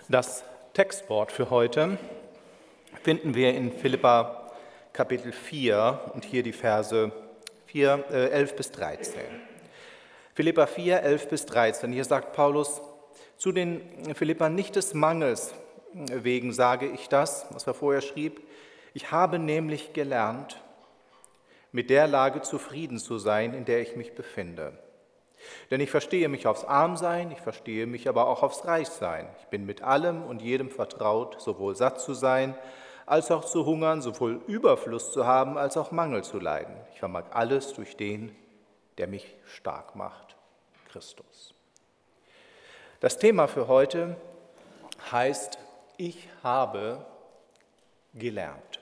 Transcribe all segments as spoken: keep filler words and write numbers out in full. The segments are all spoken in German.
Das Textwort für heute finden wir in Philipper Kapitel vier und hier die Verse vier, äh, elf bis dreizehn. Philipper vier, elf bis dreizehn. Hier sagt Paulus, zu den Philippern nicht des Mangels wegen sage ich das, was er vorher schrieb. Ich habe nämlich gelernt, mit der Lage zufrieden zu sein, in der ich mich befinde. Denn ich verstehe mich aufs Armsein, ich verstehe mich aber auch aufs Reichsein. Ich bin mit allem und jedem vertraut, sowohl satt zu sein, als auch zu hungern, sowohl Überfluss zu haben, als auch Mangel zu leiden. Ich vermag alles durch den, der mich stark macht, Christus. Das Thema für heute heißt, ich habe gelernt.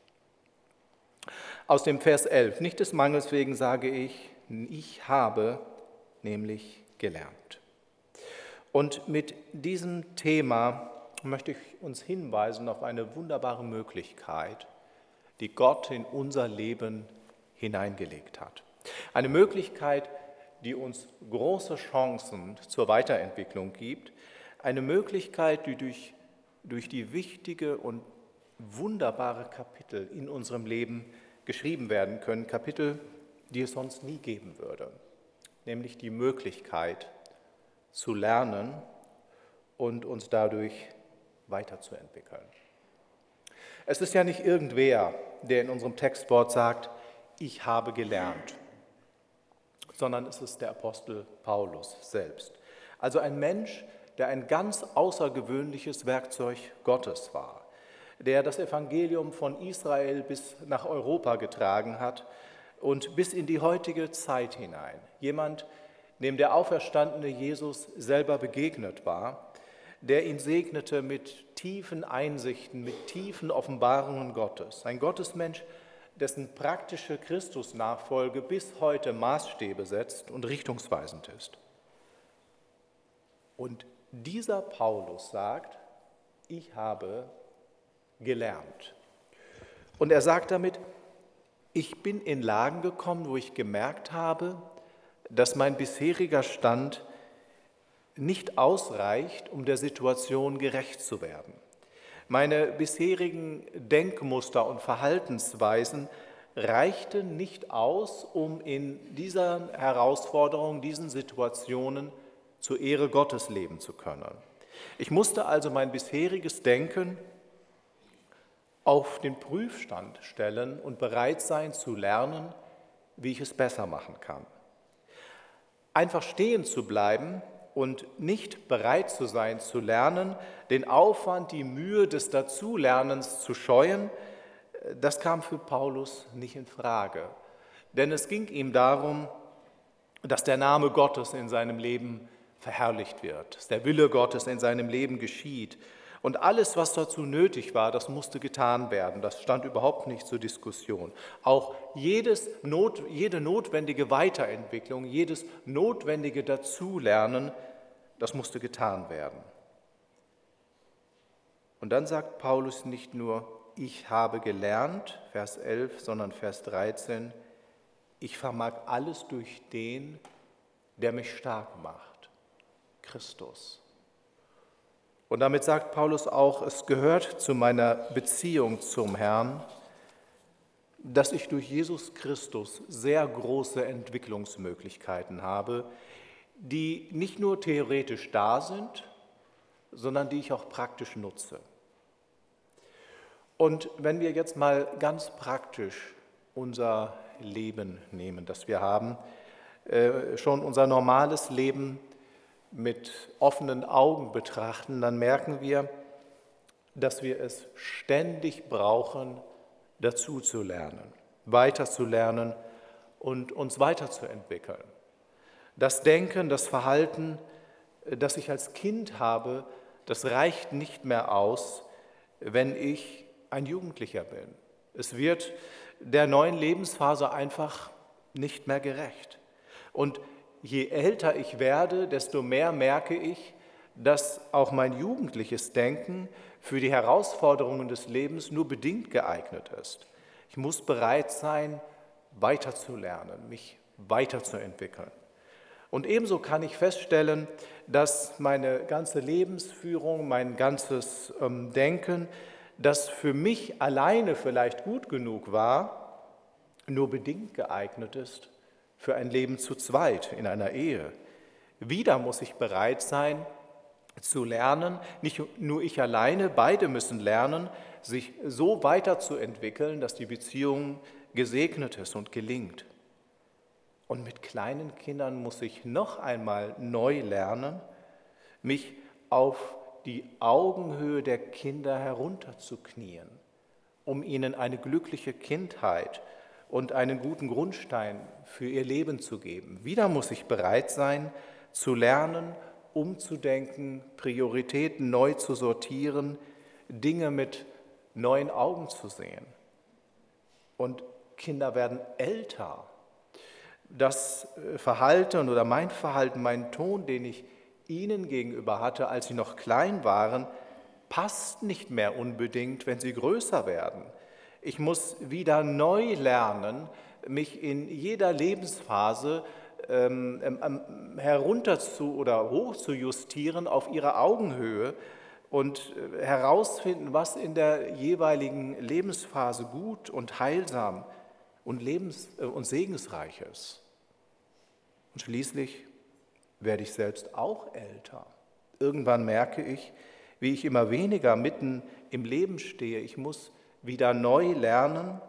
Aus dem Vers elf, nicht des Mangels wegen sage ich, ich habe gelernt. nämlich gelernt. Und mit diesem Thema möchte ich uns hinweisen auf eine wunderbare Möglichkeit, die Gott in unser Leben hineingelegt hat. Eine Möglichkeit, die uns große Chancen zur Weiterentwicklung gibt. Eine Möglichkeit, die durch, durch die wichtige und wunderbare Kapitel in unserem Leben geschrieben werden können. Kapitel, die es sonst nie geben würde. Nämlich die Möglichkeit zu lernen und uns dadurch weiterzuentwickeln. Es ist ja nicht irgendwer, der in unserem Textwort sagt, ich habe gelernt, sondern es ist der Apostel Paulus selbst. Also ein Mensch, der ein ganz außergewöhnliches Werkzeug Gottes war, der das Evangelium von Israel bis nach Europa getragen hat, und bis in die heutige Zeit hinein. Jemand, dem der auferstandene Jesus selber begegnet war, der ihn segnete mit tiefen Einsichten, mit tiefen Offenbarungen Gottes. Ein Gottesmensch, dessen praktische Christusnachfolge bis heute Maßstäbe setzt und richtungsweisend ist. Und dieser Paulus sagt, ich habe gelernt. Und er sagt damit, ich bin in Lagen gekommen, wo ich gemerkt habe, dass mein bisheriger Stand nicht ausreicht, um der Situation gerecht zu werden. Meine bisherigen Denkmuster und Verhaltensweisen reichten nicht aus, um in dieser Herausforderung, diesen Situationen zur Ehre Gottes leben zu können. Ich musste also mein bisheriges Denken auf den Prüfstand stellen und bereit sein zu lernen, wie ich es besser machen kann. Einfach stehen zu bleiben und nicht bereit zu sein zu lernen, den Aufwand, die Mühe des Dazulernens zu scheuen, das kam für Paulus nicht in Frage. Denn es ging ihm darum, dass der Name Gottes in seinem Leben verherrlicht wird, dass der Wille Gottes in seinem Leben geschieht. Und alles, was dazu nötig war, das musste getan werden. Das stand überhaupt nicht zur Diskussion. Auch jedes Not, jede notwendige Weiterentwicklung, jedes notwendige Dazulernen, das musste getan werden. Und dann sagt Paulus nicht nur, ich habe gelernt, Vers elf, sondern Vers dreizehn, ich vermag alles durch den, der mich stark macht, Christus. Und damit sagt Paulus auch, es gehört zu meiner Beziehung zum Herrn, dass ich durch Jesus Christus sehr große Entwicklungsmöglichkeiten habe, die nicht nur theoretisch da sind, sondern die ich auch praktisch nutze. Und wenn wir jetzt mal ganz praktisch unser Leben nehmen, das wir haben, äh, schon unser normales Leben mit offenen Augen betrachten, dann merken wir, dass wir es ständig brauchen, dazu zu lernen, weiterzulernen und uns weiterzuentwickeln. Das Denken, das Verhalten, das ich als Kind habe, das reicht nicht mehr aus, wenn ich ein Jugendlicher bin. Es wird der neuen Lebensphase einfach nicht mehr gerecht. Und je älter ich werde, desto mehr merke ich, dass auch mein jugendliches Denken für die Herausforderungen des Lebens nur bedingt geeignet ist. Ich muss bereit sein, weiterzulernen, mich weiterzuentwickeln. Und ebenso kann ich feststellen, dass meine ganze Lebensführung, mein ganzes ähm, Denken, das für mich alleine vielleicht gut genug war, nur bedingt geeignet ist für ein Leben zu zweit in einer Ehe. Wieder muss ich bereit sein zu lernen, nicht nur ich alleine, beide müssen lernen, sich so weiterzuentwickeln, dass die Beziehung gesegnet ist und gelingt. Und mit kleinen Kindern muss ich noch einmal neu lernen, mich auf die Augenhöhe der Kinder herunterzuknien, um ihnen eine glückliche Kindheit und einen guten Grundstein für ihr Leben zu geben. Wieder muss ich bereit sein, zu lernen, umzudenken, Prioritäten neu zu sortieren, Dinge mit neuen Augen zu sehen. Und Kinder werden älter. Das Verhalten oder mein Verhalten, mein Ton, den ich ihnen gegenüber hatte, als sie noch klein waren, passt nicht mehr unbedingt, wenn sie größer werden. Ich muss wieder neu lernen, mich in jeder Lebensphase ähm, ähm, herunter zu oder hoch zu justieren auf ihre Augenhöhe und herausfinden, was in der jeweiligen Lebensphase gut und heilsam und lebens- und segensreich ist. Und schließlich werde ich selbst auch älter. Irgendwann merke ich, wie ich immer weniger mitten im Leben stehe. Ich muss wieder neu lernen,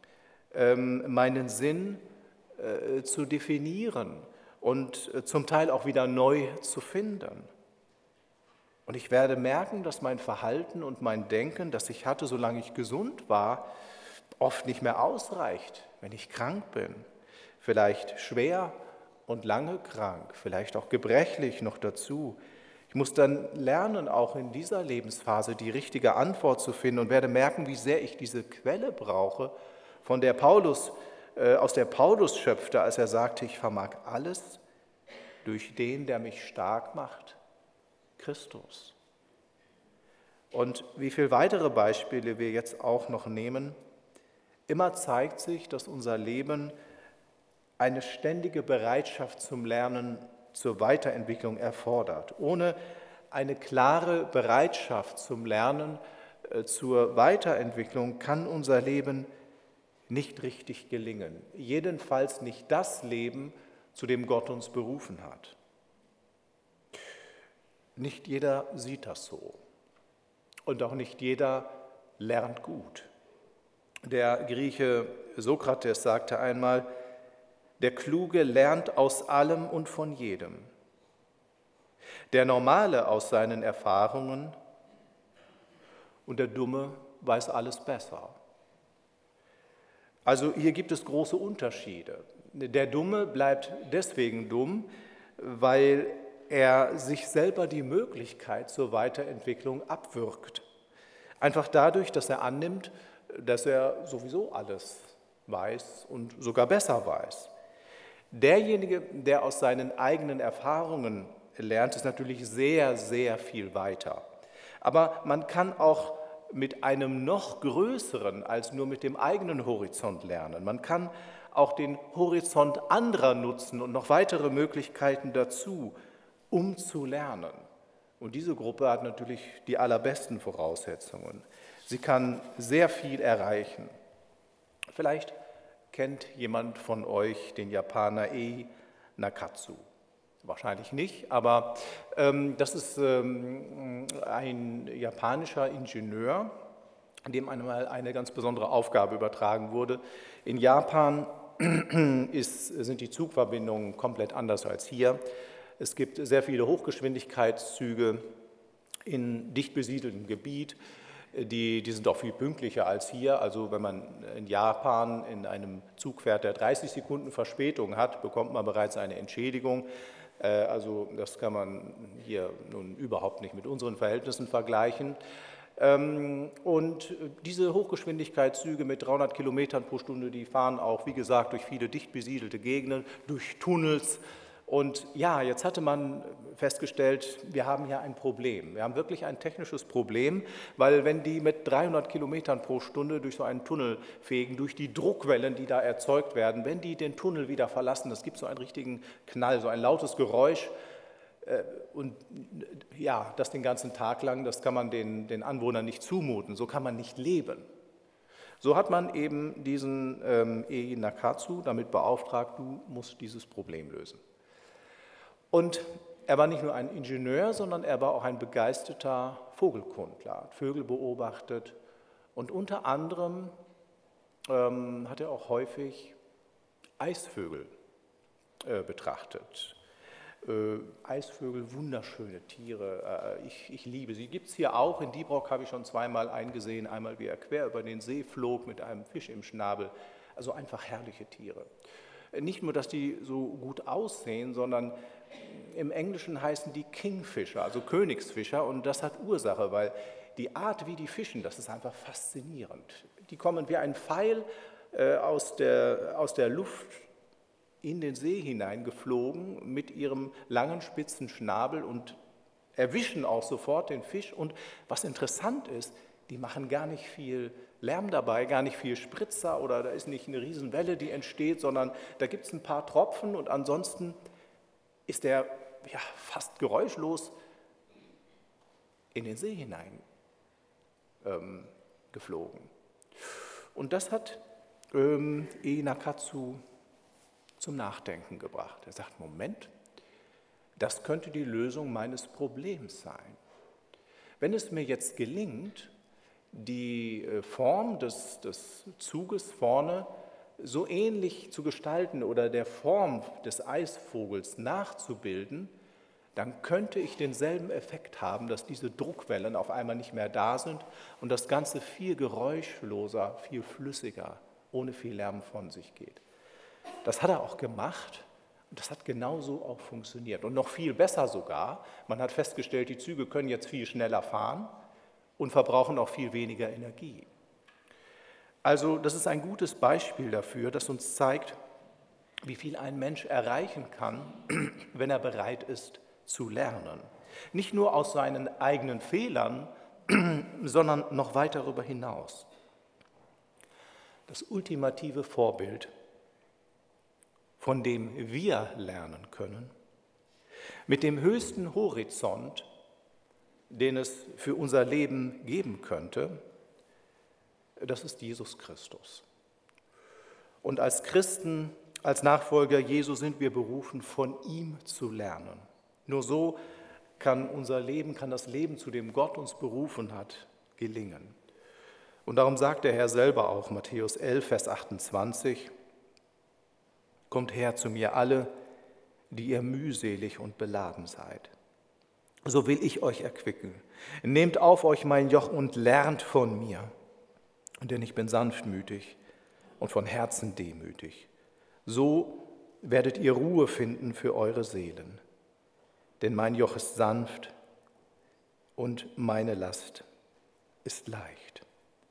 meinen Sinn zu definieren und zum Teil auch wieder neu zu finden. Und ich werde merken, dass mein Verhalten und mein Denken, das ich hatte, solange ich gesund war, oft nicht mehr ausreicht, wenn ich krank bin. Vielleicht schwer und lange krank, vielleicht auch gebrechlich noch dazu. Ich muss dann lernen, auch in dieser Lebensphase die richtige Antwort zu finden und werde merken, wie sehr ich diese Quelle brauche, von der Paulus, äh, aus der Paulus schöpfte, als er sagte, ich vermag alles durch den, der mich stark macht, Christus. Und wie viele weitere Beispiele wir jetzt auch noch nehmen, immer zeigt sich, dass unser Leben eine ständige Bereitschaft zum Lernen, zur Weiterentwicklung erfordert. Ohne eine klare Bereitschaft zum Lernen, zur Weiterentwicklung kann unser Leben nicht richtig gelingen. Jedenfalls nicht das Leben, zu dem Gott uns berufen hat. Nicht jeder sieht das so. Und auch nicht jeder lernt gut. Der Grieche Sokrates sagte einmal, der Kluge lernt aus allem und von jedem. Der Normale aus seinen Erfahrungen und der Dumme weiß alles besser. Also hier gibt es große Unterschiede. Der Dumme bleibt deswegen dumm, weil er sich selber die Möglichkeit zur Weiterentwicklung abwürgt. Einfach dadurch, dass er annimmt, dass er sowieso alles weiß und sogar besser weiß. Derjenige, der aus seinen eigenen Erfahrungen lernt, ist natürlich sehr, sehr viel weiter. Aber man kann auch mit einem noch größeren als nur mit dem eigenen Horizont lernen. Man kann auch den Horizont anderer nutzen und noch weitere Möglichkeiten dazu, um zu lernen. Und diese Gruppe hat natürlich die allerbesten Voraussetzungen. Sie kann sehr viel erreichen. Vielleicht kennt jemand von euch den Japaner Ei Nakatsu? Wahrscheinlich nicht, aber ähm, das ist ähm, ein japanischer Ingenieur, dem einmal eine ganz besondere Aufgabe übertragen wurde. In Japan ist, sind die Zugverbindungen komplett anders als hier. Es gibt sehr viele Hochgeschwindigkeitszüge in dicht besiedeltem Gebiet. Die, die sind auch viel pünktlicher als hier. Also wenn man in Japan in einem Zug fährt, der dreißig Sekunden Verspätung hat, bekommt man bereits eine Entschädigung. Also das kann man hier nun überhaupt nicht mit unseren Verhältnissen vergleichen. Und diese Hochgeschwindigkeitszüge mit dreihundert Kilometern pro Stunde, die fahren auch, wie gesagt, durch viele dicht besiedelte Gegenden, durch Tunnels Und ja, jetzt hatte man festgestellt, wir haben hier ein Problem. Wir haben wirklich ein technisches Problem, weil wenn die mit dreihundert Kilometern pro Stunde durch so einen Tunnel fegen, durch die Druckwellen, die da erzeugt werden, wenn die den Tunnel wieder verlassen, das gibt so einen richtigen Knall, so ein lautes Geräusch. Und ja, das den ganzen Tag lang, das kann man den, den Anwohnern nicht zumuten, so kann man nicht leben. So hat man eben diesen ähm, Eiji Nakatsu damit beauftragt, du musst dieses Problem lösen. Und er war nicht nur ein Ingenieur, sondern er war auch ein begeisterter Vogelkundler, hat Vögel beobachtet und unter anderem ähm, hat er auch häufig Eisvögel äh, betrachtet. Äh, Eisvögel, wunderschöne Tiere, äh, ich, ich liebe sie. Gibt es hier auch, in Diebrauch habe ich schon zweimal eingesehen, einmal wie er quer über den See flog mit einem Fisch im Schnabel, also einfach herrliche Tiere. Nicht nur, dass die so gut aussehen, sondern im Englischen heißen die Kingfisher, also Königsfischer, und das hat Ursache, weil die Art, wie die fischen, das ist einfach faszinierend. Die kommen wie ein Pfeil äh, aus, der, aus der Luft in den See hineingeflogen mit ihrem langen, spitzen Schnabel und erwischen auch sofort den Fisch. Und was interessant ist, die machen gar nicht viel Lärm dabei, gar nicht viel Spritzer oder da ist nicht eine Riesenwelle, die entsteht, sondern da gibt es ein paar Tropfen und ansonsten ist der ja, fast geräuschlos in den See hinein ähm, geflogen. Und das hat ähm, Eiji Nakatsu zum Nachdenken gebracht. Er sagt, Moment, das könnte die Lösung meines Problems sein. Wenn es mir jetzt gelingt, die Form des, des Zuges vorne so ähnlich zu gestalten oder der Form des Eisvogels nachzubilden, dann könnte ich denselben Effekt haben, dass diese Druckwellen auf einmal nicht mehr da sind und das Ganze viel geräuschloser, viel flüssiger, ohne viel Lärm von sich geht. Das hat er auch gemacht und das hat genauso auch funktioniert. Und noch viel besser sogar, man hat festgestellt, die Züge können jetzt viel schneller fahren und verbrauchen auch viel weniger Energie. Also das ist ein gutes Beispiel dafür, das uns zeigt, wie viel ein Mensch erreichen kann, wenn er bereit ist zu lernen. Nicht nur aus seinen eigenen Fehlern, sondern noch weit darüber hinaus. Das ultimative Vorbild, von dem wir lernen können, mit dem höchsten Horizont, den es für unser Leben geben könnte, das ist Jesus Christus. Und als Christen, als Nachfolger Jesu sind wir berufen, von ihm zu lernen. Nur so kann unser Leben, kann das Leben, zu dem Gott uns berufen hat, gelingen. Und darum sagt der Herr selber auch, Matthäus elf, Vers achtundzwanzig, kommt her zu mir alle, die ihr mühselig und beladen seid. So will ich euch erquicken. Nehmt auf euch mein Joch und lernt von mir, denn ich bin sanftmütig und von Herzen demütig. So werdet ihr Ruhe finden für eure Seelen. Denn mein Joch ist sanft und meine Last ist leicht.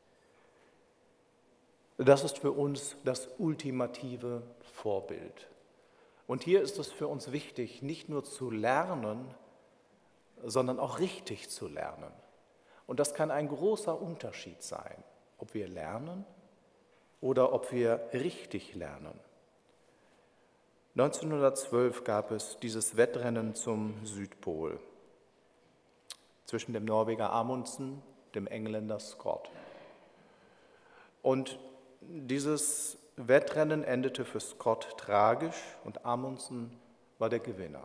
Das ist für uns das ultimative Vorbild. Und hier ist es für uns wichtig, nicht nur zu lernen, sondern auch richtig zu lernen. Und das kann ein großer Unterschied sein, ob wir lernen oder ob wir richtig lernen. neunzehnhundertzwölf gab es dieses Wettrennen zum Südpol zwischen dem Norweger Amundsen, dem Engländer Scott. Und dieses Wettrennen endete für Scott tragisch und Amundsen war der Gewinner.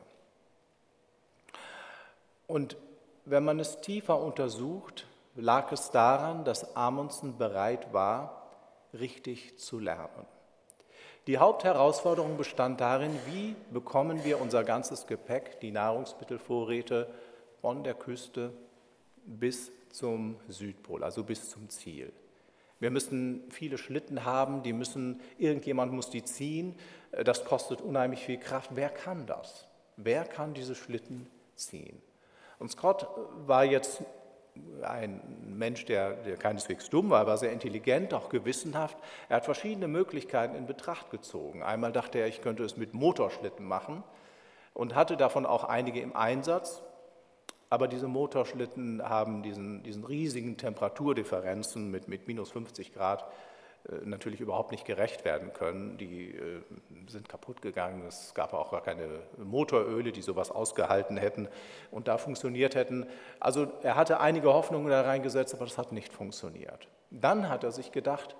Und wenn man es tiefer untersucht, lag es daran, dass Amundsen bereit war, richtig zu lernen. Die Hauptherausforderung bestand darin, wie bekommen wir unser ganzes Gepäck, die Nahrungsmittelvorräte von der Küste bis zum Südpol, also bis zum Ziel. Wir müssen viele Schlitten haben, die müssen, irgendjemand muss die ziehen, das kostet unheimlich viel Kraft. Wer kann das? Wer kann diese Schlitten ziehen? Und Scott war jetzt ein Mensch, der, der keineswegs dumm war, aber sehr intelligent, auch gewissenhaft. Er hat verschiedene Möglichkeiten in Betracht gezogen. Einmal dachte er, ich könnte es mit Motorschlitten machen. und hatte davon auch einige im Einsatz. Aber diese Motorschlitten haben diesen, diesen riesigen Temperaturdifferenzen mit, mit minus fünfzig Grad äh, natürlich überhaupt nicht gerecht werden können. Die äh, sind kaputt gegangen. Es gab auch gar keine Motoröle, die sowas ausgehalten hätten und da funktioniert hätten. Also er hatte einige Hoffnungen da reingesetzt, aber das hat nicht funktioniert. Dann hat er sich gedacht,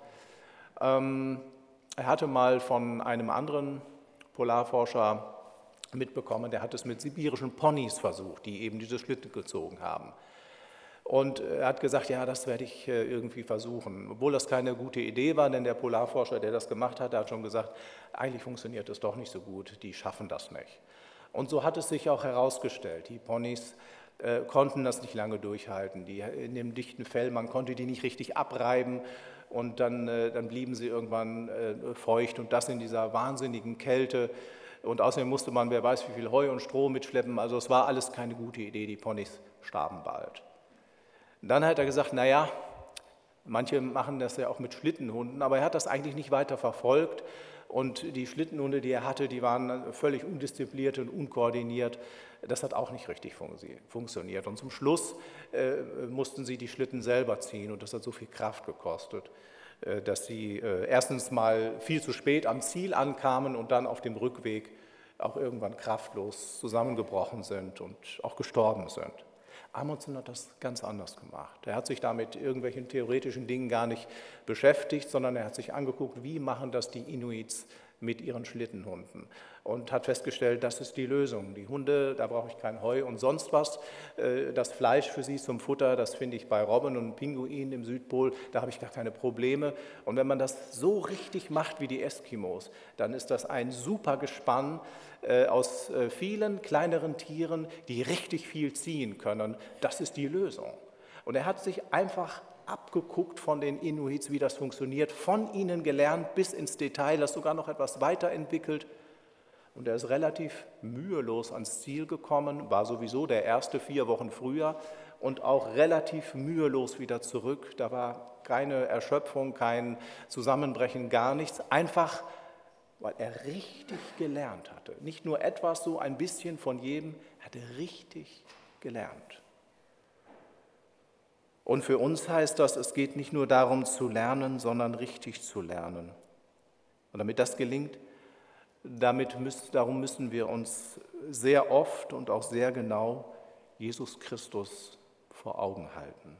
ähm, er hatte mal von einem anderen Polarforscher mitbekommen, der hat es mit sibirischen Ponys versucht, die eben diese Schlitten gezogen haben. Und er hat gesagt, ja, das werde ich irgendwie versuchen. Obwohl das keine gute Idee war, denn der Polarforscher, der das gemacht hat, der hat schon gesagt, eigentlich funktioniert es doch nicht so gut, die schaffen das nicht. Und so hat es sich auch herausgestellt. Die Ponys äh, konnten das nicht lange durchhalten. Die, in dem dichten Fell, man konnte die nicht richtig abreiben und dann, äh, dann blieben sie irgendwann äh, feucht und das in dieser wahnsinnigen Kälte. Und außerdem musste man, wer weiß, wie viel Heu und Stroh mitschleppen. Also es war alles keine gute Idee, die Ponys starben bald. Dann hat er gesagt, naja, manche machen das ja auch mit Schlittenhunden, aber er hat das eigentlich nicht weiter verfolgt. Und die Schlittenhunde, die er hatte, die waren völlig undiszipliniert und unkoordiniert. Das hat auch nicht richtig funktioniert. Und zum Schluss äh, mussten sie die Schlitten selber ziehen und das hat so viel Kraft gekostet, dass sie erstens mal viel zu spät am Ziel ankamen und dann auf dem Rückweg auch irgendwann kraftlos zusammengebrochen sind und auch gestorben sind. Amundsen hat das ganz anders gemacht. Er hat sich da mit irgendwelchen theoretischen Dingen gar nicht beschäftigt, sondern er hat sich angeguckt, wie machen das die Inuits mit ihren Schlittenhunden und hat festgestellt, das ist die Lösung. Die Hunde, da brauche ich kein Heu und sonst was. Das Fleisch für sie zum Futter, das finde ich bei Robben und Pinguinen im Südpol, da habe ich gar keine Probleme. Und wenn man das so richtig macht wie die Eskimos, dann ist das ein super Gespann aus vielen kleineren Tieren, die richtig viel ziehen können. Das ist die Lösung. Und er hat sich einfach abgeguckt von den Inuits, wie das funktioniert, von ihnen gelernt bis ins Detail, das sogar noch etwas weiterentwickelt. Und er ist relativ mühelos ans Ziel gekommen, war sowieso der erste vier Wochen früher und auch relativ mühelos wieder zurück. Da war keine Erschöpfung, kein Zusammenbrechen, gar nichts. Einfach, weil er richtig gelernt hatte. Nicht nur etwas, so ein bisschen von jedem, er hatte richtig gelernt. Und für uns heißt das, es geht nicht nur darum zu lernen, sondern richtig zu lernen. Und damit das gelingt, damit müssen, darum müssen wir uns sehr oft und auch sehr genau Jesus Christus vor Augen halten.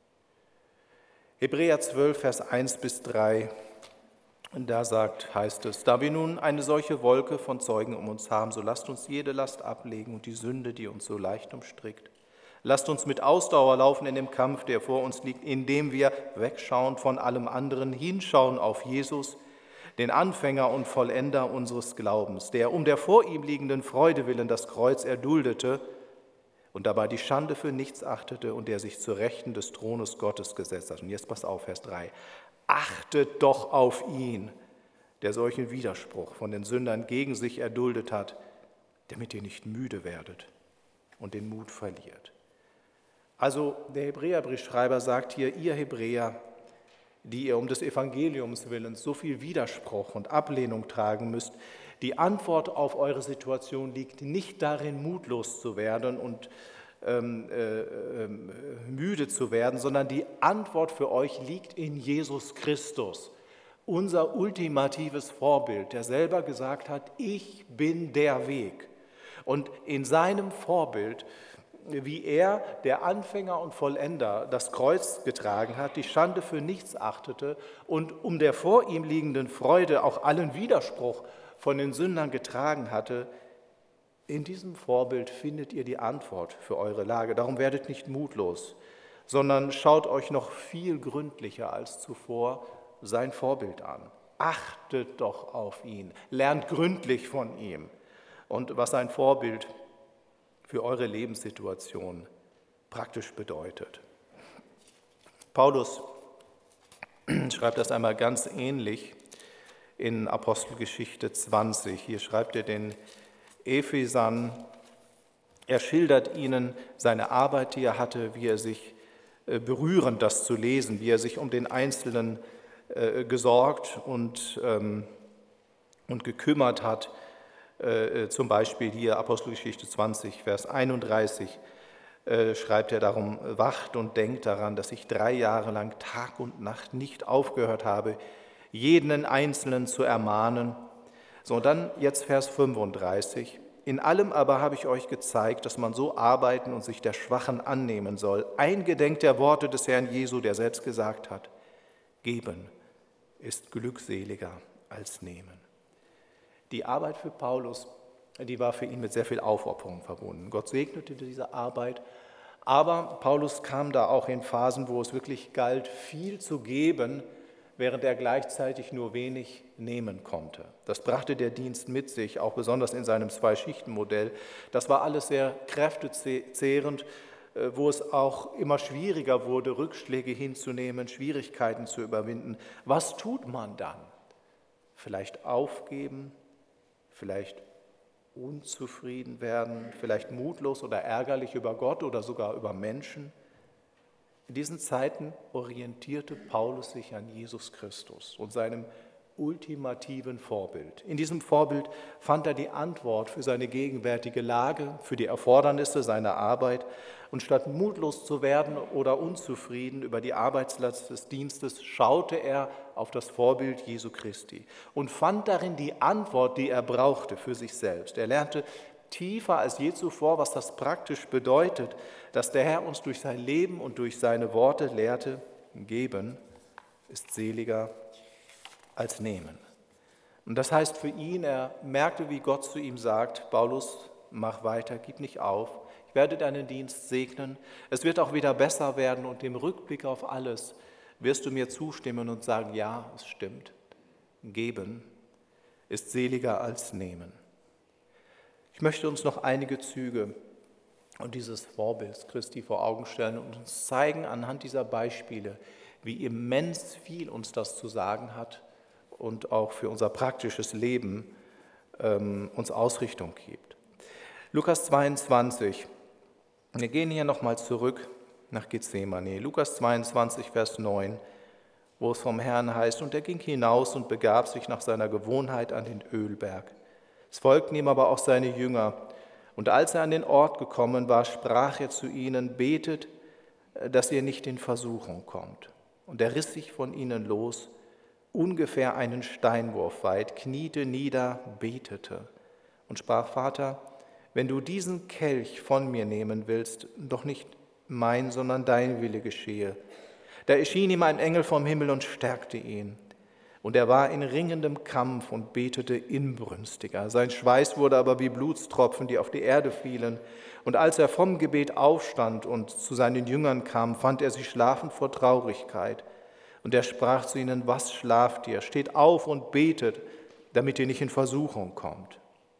Hebräer zwölf, Vers eins bis drei, da sagt, heißt es, da wir nun eine solche Wolke von Zeugen um uns haben, so lasst uns jede Last ablegen und die Sünde, die uns so leicht umstrickt. Lasst uns mit Ausdauer laufen in dem Kampf, der vor uns liegt, indem wir, wegschauend von allem anderen, hinschauen auf Jesus, den Anfänger und Vollender unseres Glaubens, der um der vor ihm liegenden Freude willen das Kreuz erduldete und dabei die Schande für nichts achtete und der sich zur Rechten des Thrones Gottes gesetzt hat. Und jetzt pass auf, Vers drei. Achtet doch auf ihn, der solchen Widerspruch von den Sündern gegen sich erduldet hat, damit ihr nicht müde werdet und den Mut verliert. Also der Hebräerbriefschreiber sagt hier, ihr Hebräer, die ihr um des Evangeliums willens so viel Widerspruch und Ablehnung tragen müsst, die Antwort auf eure Situation liegt nicht darin, mutlos zu werden und ähm, äh, äh, müde zu werden, sondern die Antwort für euch liegt in Jesus Christus, unser ultimatives Vorbild, der selber gesagt hat, ich bin der Weg. Und in seinem Vorbild, wie er, der Anfänger und Vollender, das Kreuz getragen hat, die Schande für nichts achtete und um der vor ihm liegenden Freude auch allen Widerspruch von den Sündern getragen hatte, in diesem Vorbild findet ihr die Antwort für eure Lage. Darum werdet nicht mutlos, sondern schaut euch noch viel gründlicher als zuvor sein Vorbild an. Achtet doch auf ihn, lernt gründlich von ihm und was sein Vorbild für eure Lebenssituation praktisch bedeutet. Paulus schreibt das einmal ganz ähnlich in Apostelgeschichte zwanzig. Hier schreibt er den Ephesern, er schildert ihnen seine Arbeit, die er hatte, wie er sich berührend das zu lesen, wie er sich um den Einzelnen gesorgt und, und gekümmert hat, Äh, zum Beispiel hier Apostelgeschichte zwanzig, Vers einunddreißig, äh, schreibt er darum, wacht und denkt daran, dass ich drei Jahre lang Tag und Nacht nicht aufgehört habe, jeden Einzelnen zu ermahnen. So, und dann jetzt Vers fünfunddreißig. In allem aber habe ich euch gezeigt, dass man so arbeiten und sich der Schwachen annehmen soll. Eingedenk der Worte des Herrn Jesu, der selbst gesagt hat, geben ist glückseliger als nehmen. Die Arbeit für Paulus, die war für ihn mit sehr viel Aufopferung verbunden. Gott segnete diese Arbeit, aber Paulus kam da auch in Phasen, wo es wirklich galt, viel zu geben, während er gleichzeitig nur wenig nehmen konnte. Das brachte der Dienst mit sich, auch besonders in seinem Zwei-Schichten-Modell. Das war alles sehr kräftezehrend, wo es auch immer schwieriger wurde, Rückschläge hinzunehmen, Schwierigkeiten zu überwinden. Was tut man dann? Vielleicht aufgeben, vielleicht unzufrieden werden, vielleicht mutlos oder ärgerlich über Gott oder sogar über Menschen. In diesen Zeiten orientierte Paulus sich an Jesus Christus und seinem ultimativen Vorbild. In diesem Vorbild fand er die Antwort für seine gegenwärtige Lage, für die Erfordernisse seiner Arbeit. Und statt mutlos zu werden oder unzufrieden über die Arbeitslast des Dienstes, schaute er auf das Vorbild Jesu Christi und fand darin die Antwort, die er brauchte für sich selbst. Er lernte tiefer als je zuvor, was das praktisch bedeutet, dass der Herr uns durch sein Leben und durch seine Worte lehrte, geben ist seliger als nehmen. Und das heißt für ihn, er merkte, wie Gott zu ihm sagt, Paulus, mach weiter, gib nicht auf, ich werde deinen Dienst segnen, es wird auch wieder besser werden und im Rückblick auf alles wirst du mir zustimmen und sagen, ja, es stimmt, geben ist seliger als nehmen. Ich möchte uns noch einige Züge und dieses Vorbilds Christi vor Augen stellen und uns zeigen anhand dieser Beispiele, wie immens viel uns das zu sagen hat und auch für unser praktisches Leben ähm, uns Ausrichtung gibt. Lukas zweiundzwanzig, wir gehen hier nochmal zurück nach Gethsemane. Lukas zweiundzwanzig, Vers neun, wo es vom Herrn heißt, und er ging hinaus und begab sich nach seiner Gewohnheit an den Ölberg. Es folgten ihm aber auch seine Jünger. Und als er an den Ort gekommen war, sprach er zu ihnen, betet, dass ihr nicht in Versuchung kommt. Und er riss sich von ihnen los, ungefähr einen Steinwurf weit, kniete nieder, betete und sprach, Vater, wenn du diesen Kelch von mir nehmen willst, doch nicht mein, sondern dein Wille geschehe. Da erschien ihm ein Engel vom Himmel und stärkte ihn. Und er war in ringendem Kampf und betete inbrünstiger. Sein Schweiß wurde aber wie Blutstropfen, die auf die Erde fielen. Und als er vom Gebet aufstand und zu seinen Jüngern kam, fand er sie schlafend vor Traurigkeit. Und er sprach zu ihnen, was schlaft ihr? Steht auf und betet, damit ihr nicht in Versuchung kommt.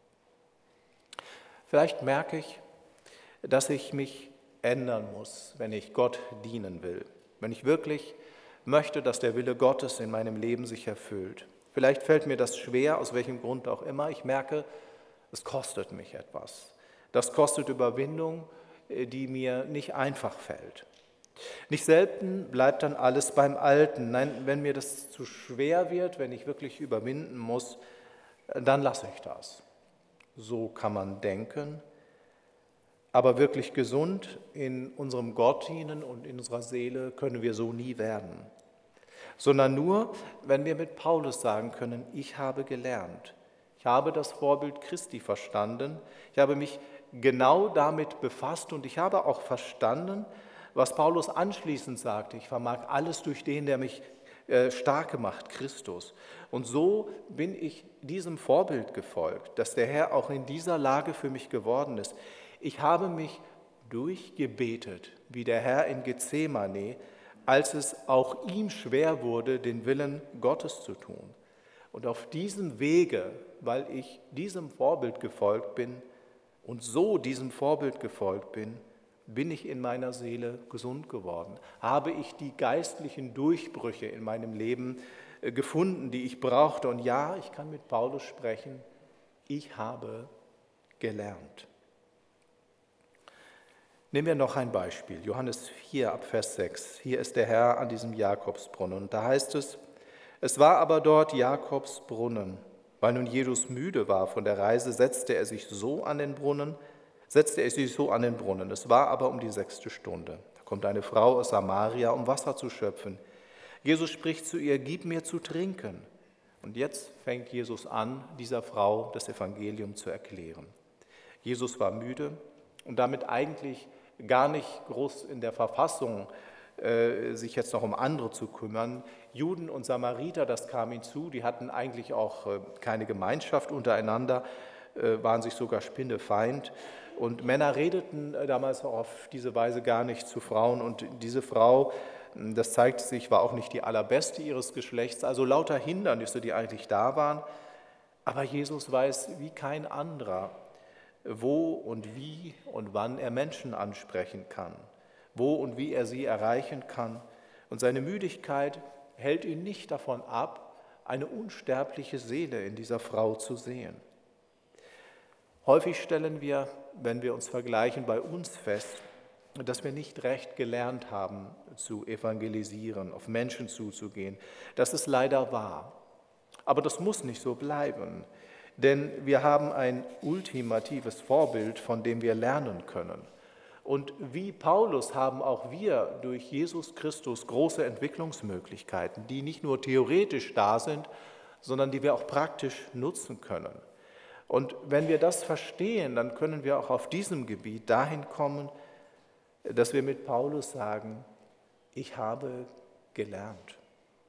Vielleicht merke ich, dass ich mich ändern muss, wenn ich Gott dienen will. Wenn ich wirklich möchte, dass der Wille Gottes in meinem Leben sich erfüllt. Vielleicht fällt mir das schwer, aus welchem Grund auch immer. Ich merke, es kostet mich etwas. Das kostet Überwindung, die mir nicht einfach fällt. Nicht selten bleibt dann alles beim Alten. Nein, wenn mir das zu schwer wird, wenn ich wirklich überwinden muss, dann lasse ich das. So kann man denken. Aber wirklich gesund in unserem Gott dienen und in unserer Seele können wir so nie werden. Sondern nur, wenn wir mit Paulus sagen können, ich habe gelernt. Ich habe das Vorbild Christi verstanden. Ich habe mich genau damit befasst und ich habe auch verstanden, was Paulus anschließend sagte. Ich vermag alles durch den, der mich äh, stark macht, Christus. Und so bin ich diesem Vorbild gefolgt, dass der Herr auch in dieser Lage für mich geworden ist. Ich habe mich durchgebetet, wie der Herr in Gethsemane, als es auch ihm schwer wurde, den Willen Gottes zu tun. Und auf diesem Wege, weil ich diesem Vorbild gefolgt bin und so diesem Vorbild gefolgt bin, bin ich in meiner Seele gesund geworden. Habe ich die geistlichen Durchbrüche in meinem Leben gefunden, die ich brauchte. Und ja, ich kann mit Paulus sprechen, ich habe gelernt. Nehmen wir noch ein Beispiel, Johannes vier, ab Vers sechs. Hier ist der Herr an diesem Jakobsbrunnen. Und da heißt es, es war aber dort Jakobs Brunnen. Weil nun Jesus müde war von der Reise, setzte er sich so an den Brunnen, setzte er sich so an den Brunnen. Es war aber um die sechste Stunde. Da kommt eine Frau aus Samaria, um Wasser zu schöpfen. Jesus spricht zu ihr: Gib mir zu trinken. Und jetzt fängt Jesus an, dieser Frau das Evangelium zu erklären. Jesus war müde und damit eigentlich gar nicht groß in der Verfassung, äh, sich jetzt noch um andere zu kümmern. Juden und Samariter, das kam hinzu, die hatten eigentlich auch äh, keine Gemeinschaft untereinander, äh, waren sich sogar spinnefeind. Und Männer redeten äh, damals auch auf diese Weise gar nicht zu Frauen. Und diese Frau, das zeigt sich, war auch nicht die allerbeste ihres Geschlechts, also lauter Hindernisse, die eigentlich da waren. Aber Jesus weiß wie kein anderer, wo und wie und wann er Menschen ansprechen kann, wo und wie er sie erreichen kann. Und seine Müdigkeit hält ihn nicht davon ab, eine unsterbliche Seele in dieser Frau zu sehen. Häufig stellen wir, wenn wir uns vergleichen, bei uns fest, dass wir nicht recht gelernt haben, zu evangelisieren, auf Menschen zuzugehen. Das ist leider wahr. Aber das muss nicht so bleiben, denn wir haben ein ultimatives Vorbild, von dem wir lernen können. Und wie Paulus haben auch wir durch Jesus Christus große Entwicklungsmöglichkeiten, die nicht nur theoretisch da sind, sondern die wir auch praktisch nutzen können. Und wenn wir das verstehen, dann können wir auch auf diesem Gebiet dahin kommen, dass wir mit Paulus sagen: Ich habe gelernt.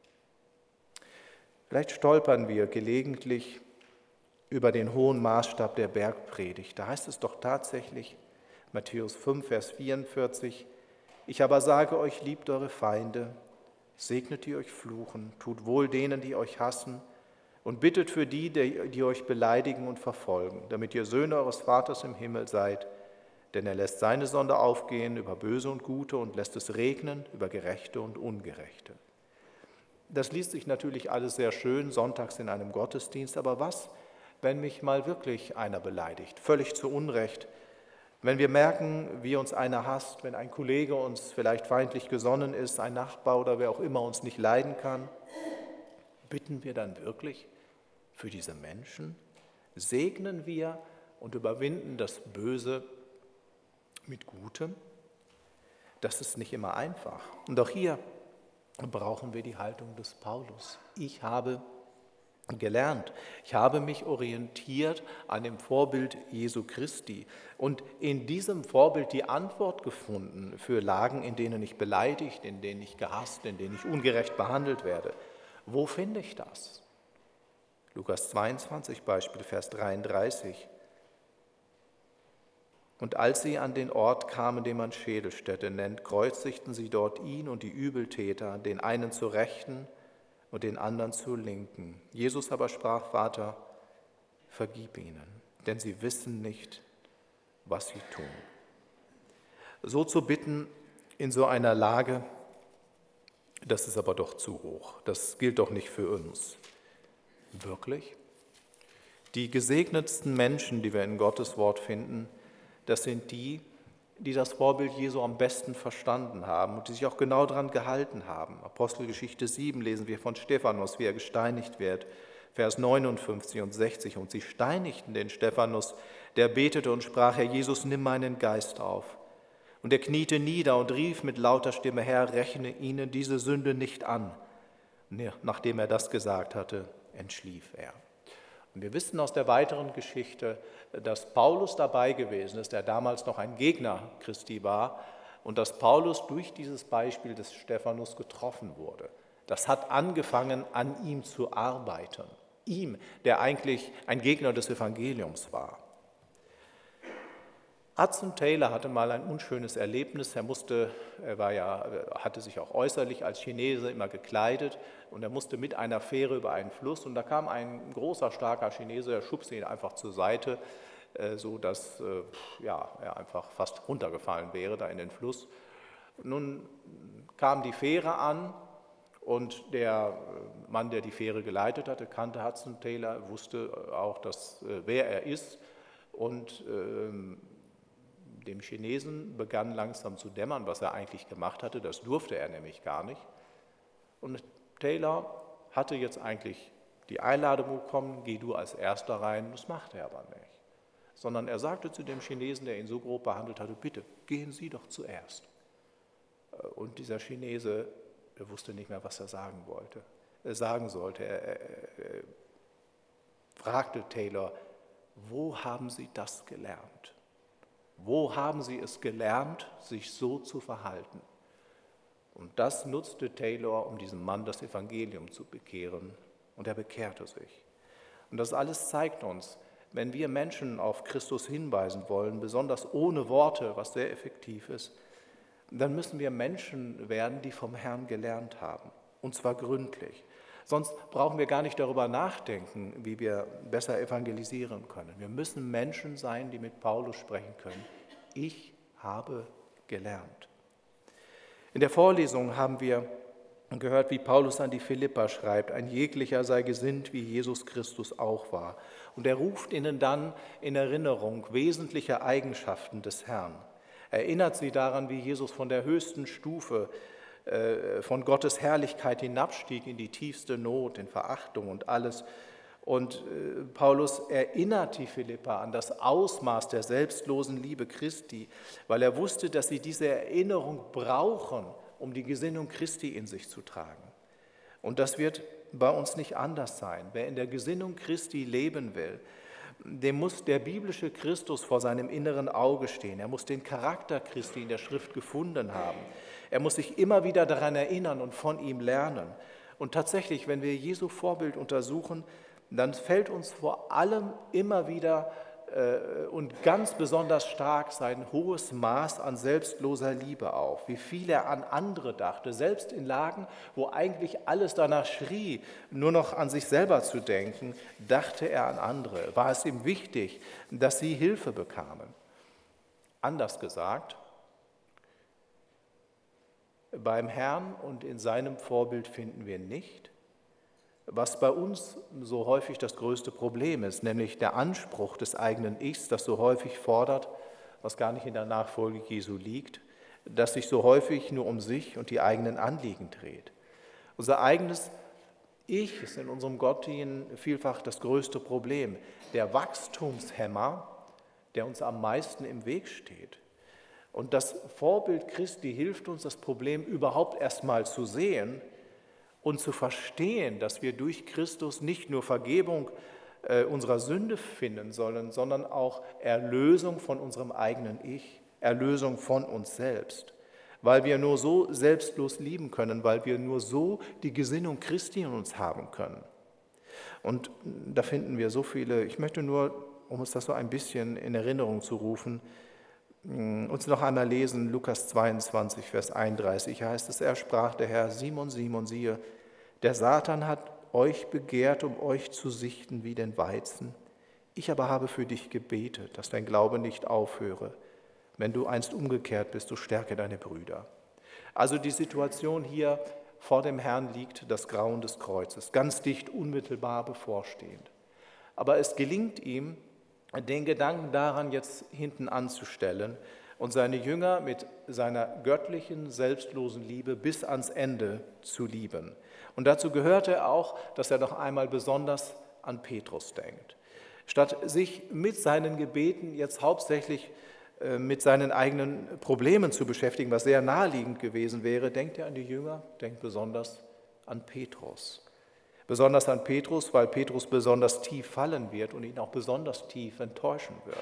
Vielleicht stolpern wir gelegentlich über den hohen Maßstab der Bergpredigt. Da heißt es doch tatsächlich, Matthäus fünf, Vers vierundvierzig, ich aber sage euch, liebt eure Feinde, segnet die euch fluchen, tut wohl denen, die euch hassen, und bittet für die, die euch beleidigen und verfolgen, damit ihr Söhne eures Vaters im Himmel seid, denn er lässt seine Sonne aufgehen über Böse und Gute und lässt es regnen über Gerechte und Ungerechte. Das liest sich natürlich alles sehr schön, sonntags in einem Gottesdienst, aber was, wenn mich mal wirklich einer beleidigt, völlig zu Unrecht, wenn wir merken, wie uns einer hasst, wenn ein Kollege uns vielleicht feindlich gesonnen ist, ein Nachbar oder wer auch immer uns nicht leiden kann, bitten wir dann wirklich für diese Menschen? Segnen wir und überwinden das Böse mit Gutem? Das ist nicht immer einfach. Und auch hier brauchen wir die Haltung des Paulus. Ich habe gelernt. Ich habe mich orientiert an dem Vorbild Jesu Christi und in diesem Vorbild die Antwort gefunden für Lagen, in denen ich beleidigt, in denen ich gehasst, in denen ich ungerecht behandelt werde. Wo finde ich das? Lukas zweiundzwanzig, Beispiel, Vers dreiunddreißig. Und als sie an den Ort kamen, den man Schädelstätte nennt, kreuzigten sie dort ihn und die Übeltäter, den einen zur Rechten und den anderen zur Linken. Jesus aber sprach: Vater, vergib ihnen, denn sie wissen nicht, was sie tun. So zu bitten in so einer Lage, das ist aber doch zu hoch. Das gilt doch nicht für uns. Wirklich? Die gesegnetsten Menschen, die wir in Gottes Wort finden, das sind die, die das Vorbild Jesu am besten verstanden haben und die sich auch genau daran gehalten haben. Apostelgeschichte sieben lesen wir von Stephanus, wie er gesteinigt wird, Vers neunundfünfzig und sechzig. Und sie steinigten den Stephanus, der betete und sprach: Herr Jesus, nimm meinen Geist auf. Und er kniete nieder und rief mit lauter Stimme: Herr, rechne ihnen diese Sünde nicht an. Nachdem er das gesagt hatte, entschlief er. Und wir wissen aus der weiteren Geschichte, dass Paulus dabei gewesen ist, der damals noch ein Gegner Christi war, und dass Paulus durch dieses Beispiel des Stephanus getroffen wurde. Das hat angefangen, an ihm zu arbeiten. Ihm, der eigentlich ein Gegner des Evangeliums war. Hudson Taylor hatte mal ein unschönes Erlebnis. Er musste, er war ja, hatte sich auch äußerlich als Chinese immer gekleidet und er musste mit einer Fähre über einen Fluss und da kam ein großer, starker Chinese, der schubste ihn einfach zur Seite, so dass ja, er einfach fast runtergefallen wäre da in den Fluss. Nun kam die Fähre an und der Mann, der die Fähre geleitet hatte, kannte Hudson Taylor, wusste auch, dass, wer er ist und ähm, dem Chinesen begann langsam zu dämmern, was er eigentlich gemacht hatte. Das durfte er nämlich gar nicht. Und Taylor hatte jetzt eigentlich Die Einladung bekommen, geh du als Erster rein, das macht er aber nicht. Sondern er sagte zu dem Chinesen, der ihn so grob behandelt hatte, bitte, gehen Sie doch zuerst. Und dieser Chinese, er wusste nicht mehr, was er sagen wollte, er sagen sollte. Er, er, er fragte Taylor, wo haben Sie das gelernt? Wo haben Sie es gelernt, sich so zu verhalten? Und das nutzte Taylor, um diesem Mann das Evangelium zu bekehren. Und er bekehrte sich. Und das alles zeigt uns, wenn wir Menschen auf Christus hinweisen wollen, besonders ohne Worte, was sehr effektiv ist, dann müssen wir Menschen werden, die vom Herrn gelernt haben. Und zwar gründlich. Sonst brauchen wir gar nicht darüber nachdenken, wie wir besser evangelisieren können. Wir müssen Menschen sein, die mit Paulus sprechen können. Ich habe gelernt. In der Vorlesung haben wir gehört, wie Paulus an die Philipper schreibt, ein jeglicher sei gesinnt, wie Jesus Christus auch war. Und er ruft ihnen dann in Erinnerung wesentliche Eigenschaften des Herrn. Erinnert sie daran, wie Jesus von der höchsten Stufe von Gottes Herrlichkeit hinabstieg in die tiefste Not, in Verachtung und alles. Und Paulus erinnert die Philipper an das Ausmaß der selbstlosen Liebe Christi, weil er wusste, dass sie diese Erinnerung brauchen, um die Gesinnung Christi in sich zu tragen. Und das wird bei uns nicht anders sein. Wer in der Gesinnung Christi leben will, dem muss der biblische Christus vor seinem inneren Auge stehen. Er muss den Charakter Christi in der Schrift gefunden haben. Er muss sich immer wieder daran erinnern und von ihm lernen. Und tatsächlich, wenn wir Jesu Vorbild untersuchen, dann fällt uns vor allem immer wieder äh, und ganz besonders stark sein hohes Maß an selbstloser Liebe auf. Wie viel er an andere dachte, selbst in Lagen, wo eigentlich alles danach schrie, nur noch an sich selber zu denken, dachte er an andere. War es ihm wichtig, dass sie Hilfe bekamen. Anders gesagt, beim Herrn und in seinem Vorbild finden wir nicht, was bei uns so häufig das größte Problem ist, nämlich der Anspruch des eigenen Ichs, das so häufig fordert, was gar nicht in der Nachfolge Jesu liegt, das sich so häufig nur um sich und die eigenen Anliegen dreht. Unser eigenes Ich ist in unserem Gottdienst vielfach das größte Problem, der Wachstumshemmer, der uns am meisten im Weg steht. Und das Vorbild Christi hilft uns, das Problem überhaupt erstmal zu sehen und zu verstehen, dass wir durch Christus nicht nur Vergebung äh, unserer Sünde finden sollen, sondern auch Erlösung von unserem eigenen Ich, Erlösung von uns selbst, weil wir nur so selbstlos lieben können, weil wir nur so die Gesinnung Christi in uns haben können. Und da finden wir so viele, ich möchte nur, um uns das so ein bisschen in Erinnerung zu rufen, uns noch einmal lesen, Lukas zweiundzwanzig, Vers einunddreißig, heißt es, er sprach, der Herr, Simon, Simon, siehe, der Satan hat euch begehrt, um euch zu sichten wie den Weizen. Ich aber habe für dich gebetet, dass dein Glaube nicht aufhöre. Wenn du einst umgekehrt bist, so stärke deine Brüder. Also die Situation hier vor dem Herrn liegt das Grauen des Kreuzes, ganz dicht, unmittelbar bevorstehend. Aber es gelingt ihm, den Gedanken daran jetzt hinten anzustellen und seine Jünger mit seiner göttlichen, selbstlosen Liebe bis ans Ende zu lieben. Und dazu gehörte auch, dass er noch einmal besonders an Petrus denkt. Statt sich mit seinen Gebeten jetzt hauptsächlich äh, mit seinen eigenen Problemen zu beschäftigen, was sehr naheliegend gewesen wäre, denkt er an die Jünger, denkt besonders an Petrus. Besonders an Petrus, weil Petrus besonders tief fallen wird und ihn auch besonders tief enttäuschen wird.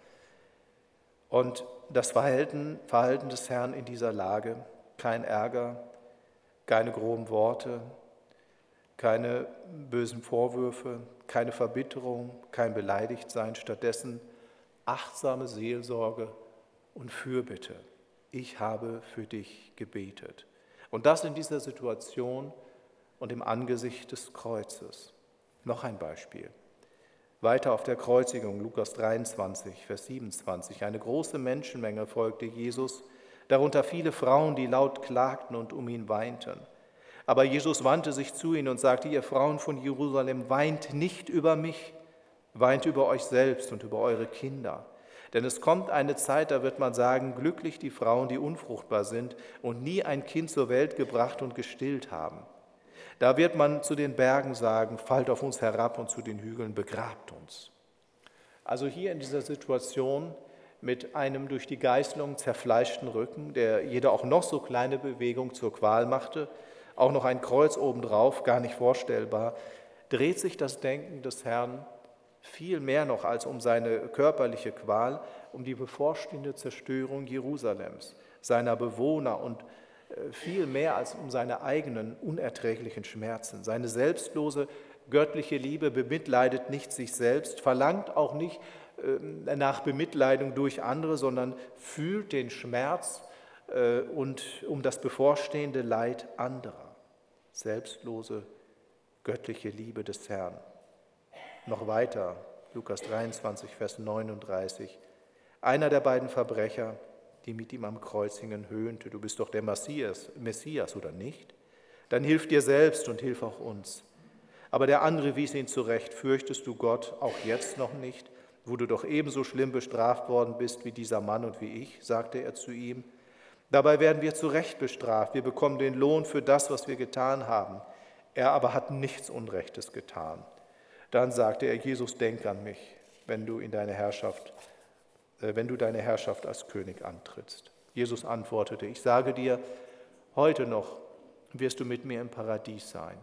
Und das Verhalten, Verhalten des Herrn in dieser Lage, kein Ärger, keine groben Worte, keine bösen Vorwürfe, keine Verbitterung, kein Beleidigtsein, stattdessen achtsame Seelsorge und Fürbitte. Ich habe für dich gebetet. Und das in dieser Situation und im Angesicht des Kreuzes. Noch ein Beispiel. Weiter auf der Kreuzigung, Lukas dreiundzwanzig, Vers siebenundzwanzig. Eine große Menschenmenge folgte Jesus, darunter viele Frauen, die laut klagten und um ihn weinten. Aber Jesus wandte sich zu ihnen und sagte, ihr Frauen von Jerusalem, weint nicht über mich, weint über euch selbst und über eure Kinder. Denn es kommt eine Zeit, da wird man sagen, glücklich die Frauen, die unfruchtbar sind und nie ein Kind zur Welt gebracht und gestillt haben. Da wird man zu den Bergen sagen, fallt auf uns herab und zu den Hügeln begrabt uns. Also hier in dieser Situation mit einem durch die Geißelung zerfleischten Rücken, der jede auch noch so kleine Bewegung zur Qual machte, auch noch ein Kreuz obendrauf, gar nicht vorstellbar, dreht sich das Denken des Herrn viel mehr noch als um seine körperliche Qual, um die bevorstehende Zerstörung Jerusalems, seiner Bewohner und viel mehr als um seine eigenen unerträglichen Schmerzen. Seine selbstlose göttliche Liebe bemitleidet nicht sich selbst, verlangt auch nicht nach Bemitleidung durch andere, sondern fühlt den Schmerz und um das bevorstehende Leid anderer. Selbstlose göttliche Liebe des Herrn. Noch weiter, Lukas dreiundzwanzig, Vers neununddreißig. Einer der beiden Verbrecher, die mit ihm am Kreuz hingen, höhnte, du bist doch der Messias, Messias, oder nicht? Dann hilf dir selbst und hilf auch uns. Aber der andere wies ihn zurecht, fürchtest du Gott auch jetzt noch nicht, wo du doch ebenso schlimm bestraft worden bist wie dieser Mann und wie ich, sagte er zu ihm. Dabei werden wir zu Recht bestraft, wir bekommen den Lohn für das, was wir getan haben. Er aber hat nichts Unrechtes getan. Dann sagte er, Jesus, denk an mich, wenn du in deine Herrschaft, äh, wenn du deine Herrschaft als König antrittst. Jesus antwortete, ich sage dir, heute noch wirst du mit mir im Paradies sein.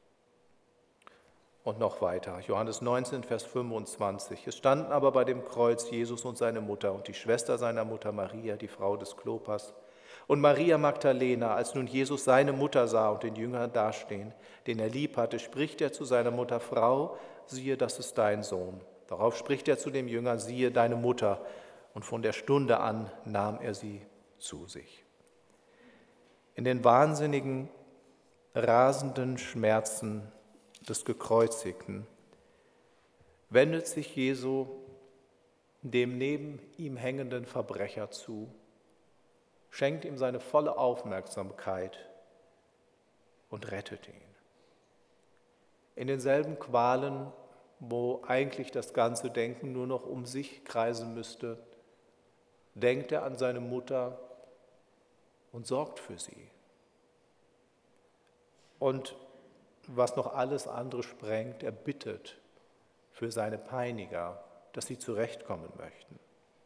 Und noch weiter, Johannes neunzehn, Vers fünfundzwanzig. Es standen aber bei dem Kreuz Jesus und seine Mutter und die Schwester seiner Mutter Maria, die Frau des Klopas, und Maria Magdalena. Als nun Jesus seine Mutter sah und den Jünger dastehen, den er lieb hatte, spricht er zu seiner Mutter, Frau, siehe, das ist dein Sohn. Darauf spricht er zu dem Jünger, siehe, deine Mutter. Und von der Stunde an nahm er sie zu sich. In den wahnsinnigen, rasenden Schmerzen des Gekreuzigten wendet sich Jesu dem neben ihm hängenden Verbrecher zu, schenkt ihm seine volle Aufmerksamkeit und rettet ihn. In denselben Qualen, wo eigentlich das ganze Denken nur noch um sich kreisen müsste, denkt er an seine Mutter und sorgt für sie. Und was noch alles andere sprengt, er bittet für seine Peiniger, dass sie zurechtkommen möchten.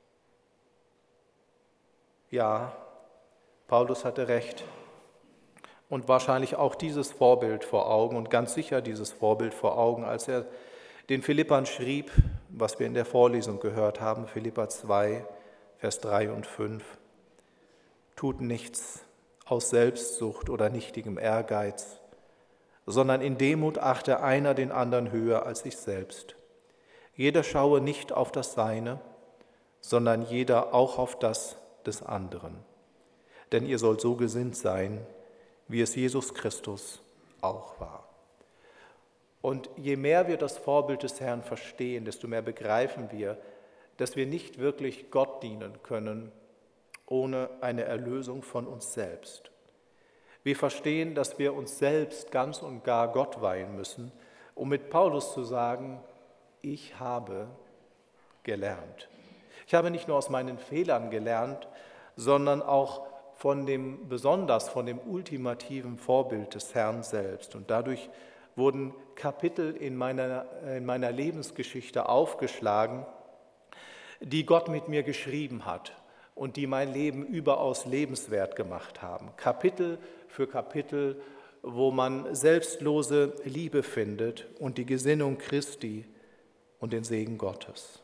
Ja, Paulus hatte recht und wahrscheinlich auch dieses Vorbild vor Augen und ganz sicher dieses Vorbild vor Augen, als er den Philippern schrieb, was wir in der Vorlesung gehört haben, Philipper zwei, Vers drei und fünf. Tut nichts aus Selbstsucht oder nichtigem Ehrgeiz, sondern in Demut achte einer den anderen höher als sich selbst. Jeder schaue nicht auf das Seine, sondern jeder auch auf das des anderen. Denn ihr sollt so gesinnt sein, wie es Jesus Christus auch war. Und je mehr wir das Vorbild des Herrn verstehen, desto mehr begreifen wir, dass wir nicht wirklich Gott dienen können, ohne eine Erlösung von uns selbst. Wir verstehen, dass wir uns selbst ganz und gar Gott weihen müssen, um mit Paulus zu sagen, ich habe gelernt. Ich habe nicht nur aus meinen Fehlern gelernt, sondern auch von dem, besonders von dem ultimativen Vorbild des Herrn selbst. Und dadurch wurden Kapitel in meiner, in meiner Lebensgeschichte aufgeschlagen, die Gott mit mir geschrieben hat und die mein Leben überaus lebenswert gemacht haben. Kapitel für Kapitel, wo man selbstlose Liebe findet und die Gesinnung Christi und den Segen Gottes.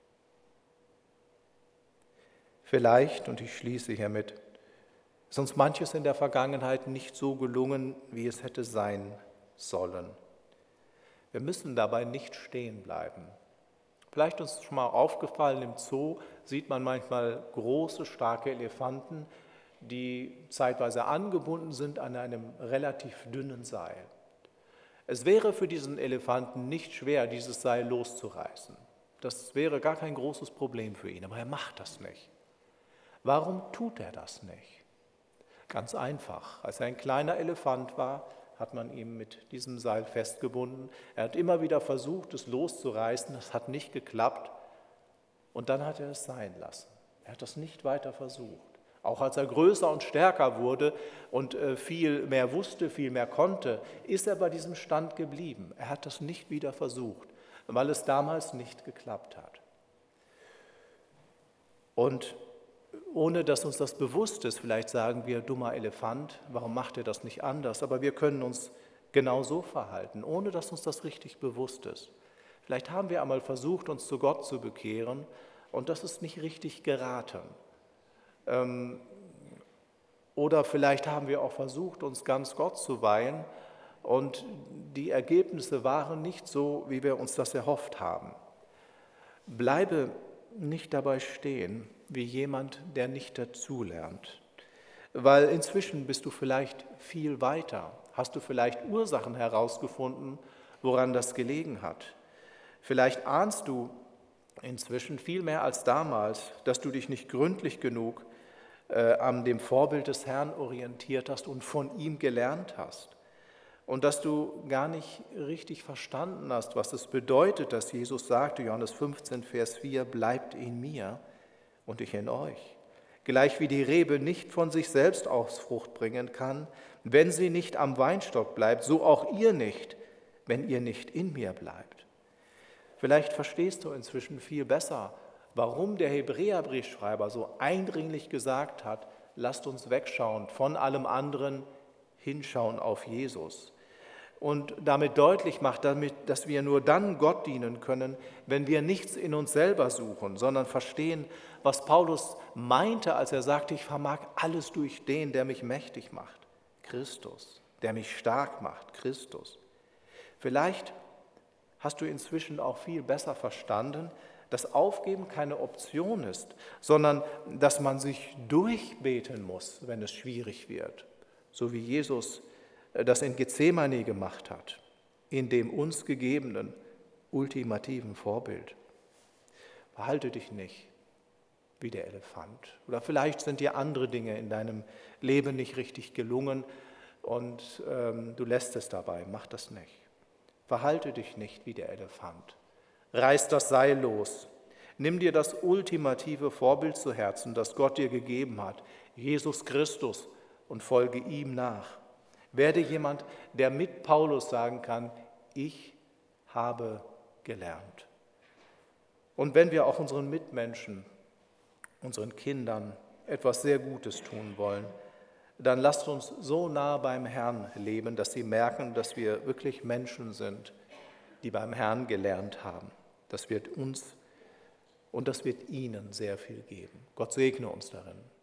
Vielleicht, und ich schließe hiermit, ist uns manches in der Vergangenheit nicht so gelungen, wie es hätte sein sollen. Wir müssen dabei nicht stehen bleiben. Vielleicht ist uns schon mal aufgefallen, im Zoo sieht man manchmal große, starke Elefanten, die zeitweise angebunden sind an einem relativ dünnen Seil. Es wäre für diesen Elefanten nicht schwer, dieses Seil loszureißen. Das wäre gar kein großes Problem für ihn, aber er macht das nicht. Warum tut er das nicht? Ganz einfach. Als er ein kleiner Elefant war, hat man ihn mit diesem Seil festgebunden. Er hat immer wieder versucht, es loszureißen. Das hat nicht geklappt. Und dann hat er es sein lassen. Er hat das nicht weiter versucht. Auch als er größer und stärker wurde und viel mehr wusste, viel mehr konnte, ist er bei diesem Stand geblieben. Er hat das nicht wieder versucht, weil es damals nicht geklappt hat. Und ohne dass uns das bewusst ist, vielleicht sagen wir, dummer Elefant, warum macht er das nicht anders? Aber wir können uns genau so verhalten, ohne dass uns das richtig bewusst ist. Vielleicht haben wir einmal versucht, uns zu Gott zu bekehren und das ist nicht richtig geraten. Oder vielleicht haben wir auch versucht, uns ganz Gott zu weihen und die Ergebnisse waren nicht so, wie wir uns das erhofft haben. Bleibe nicht dabei stehen, wie jemand, der nicht dazulernt. Weil inzwischen bist du vielleicht viel weiter. Hast du vielleicht Ursachen herausgefunden, woran das gelegen hat. Vielleicht ahnst du inzwischen viel mehr als damals, dass du dich nicht gründlich genug äh, an dem Vorbild des Herrn orientiert hast und von ihm gelernt hast. Und dass du gar nicht richtig verstanden hast, was es bedeutet, dass Jesus sagte, Johannes fünfzehn, Vers vier, bleibt in mir und ich in euch. Gleich wie die Rebe nicht von sich selbst aus Frucht bringen kann, wenn sie nicht am Weinstock bleibt, so auch ihr nicht, wenn ihr nicht in mir bleibt. Vielleicht verstehst du inzwischen viel besser, warum der Hebräerbriefschreiber so eindringlich gesagt hat, lasst uns wegschauen von allem anderen, hinschauen auf Jesus. Und damit deutlich macht, damit, dass wir nur dann Gott dienen können, wenn wir nichts in uns selber suchen, sondern verstehen, was Paulus meinte, als er sagte, ich vermag alles durch den, der mich mächtig macht, Christus, der mich stark macht, Christus. Vielleicht hast du inzwischen auch viel besser verstanden, dass Aufgeben keine Option ist, sondern dass man sich durchbeten muss, wenn es schwierig wird, so wie Jesus das in Gethsemane gemacht hat, in dem uns gegebenen ultimativen Vorbild. Verhalte dich nicht wie der Elefant. Oder vielleicht sind dir andere Dinge in deinem Leben nicht richtig gelungen und ähm, du lässt es dabei. Mach das nicht. Verhalte dich nicht wie der Elefant. Reiß das Seil los. Nimm dir das ultimative Vorbild zu Herzen, das Gott dir gegeben hat, Jesus Christus, und folge ihm nach. Werde jemand, der mit Paulus sagen kann, ich habe gelernt. Und wenn wir auch unseren Mitmenschen, unseren Kindern etwas sehr Gutes tun wollen, dann lasst uns so nah beim Herrn leben, dass sie merken, dass wir wirklich Menschen sind, die beim Herrn gelernt haben. Das wird uns und das wird ihnen sehr viel geben. Gott segne uns darin.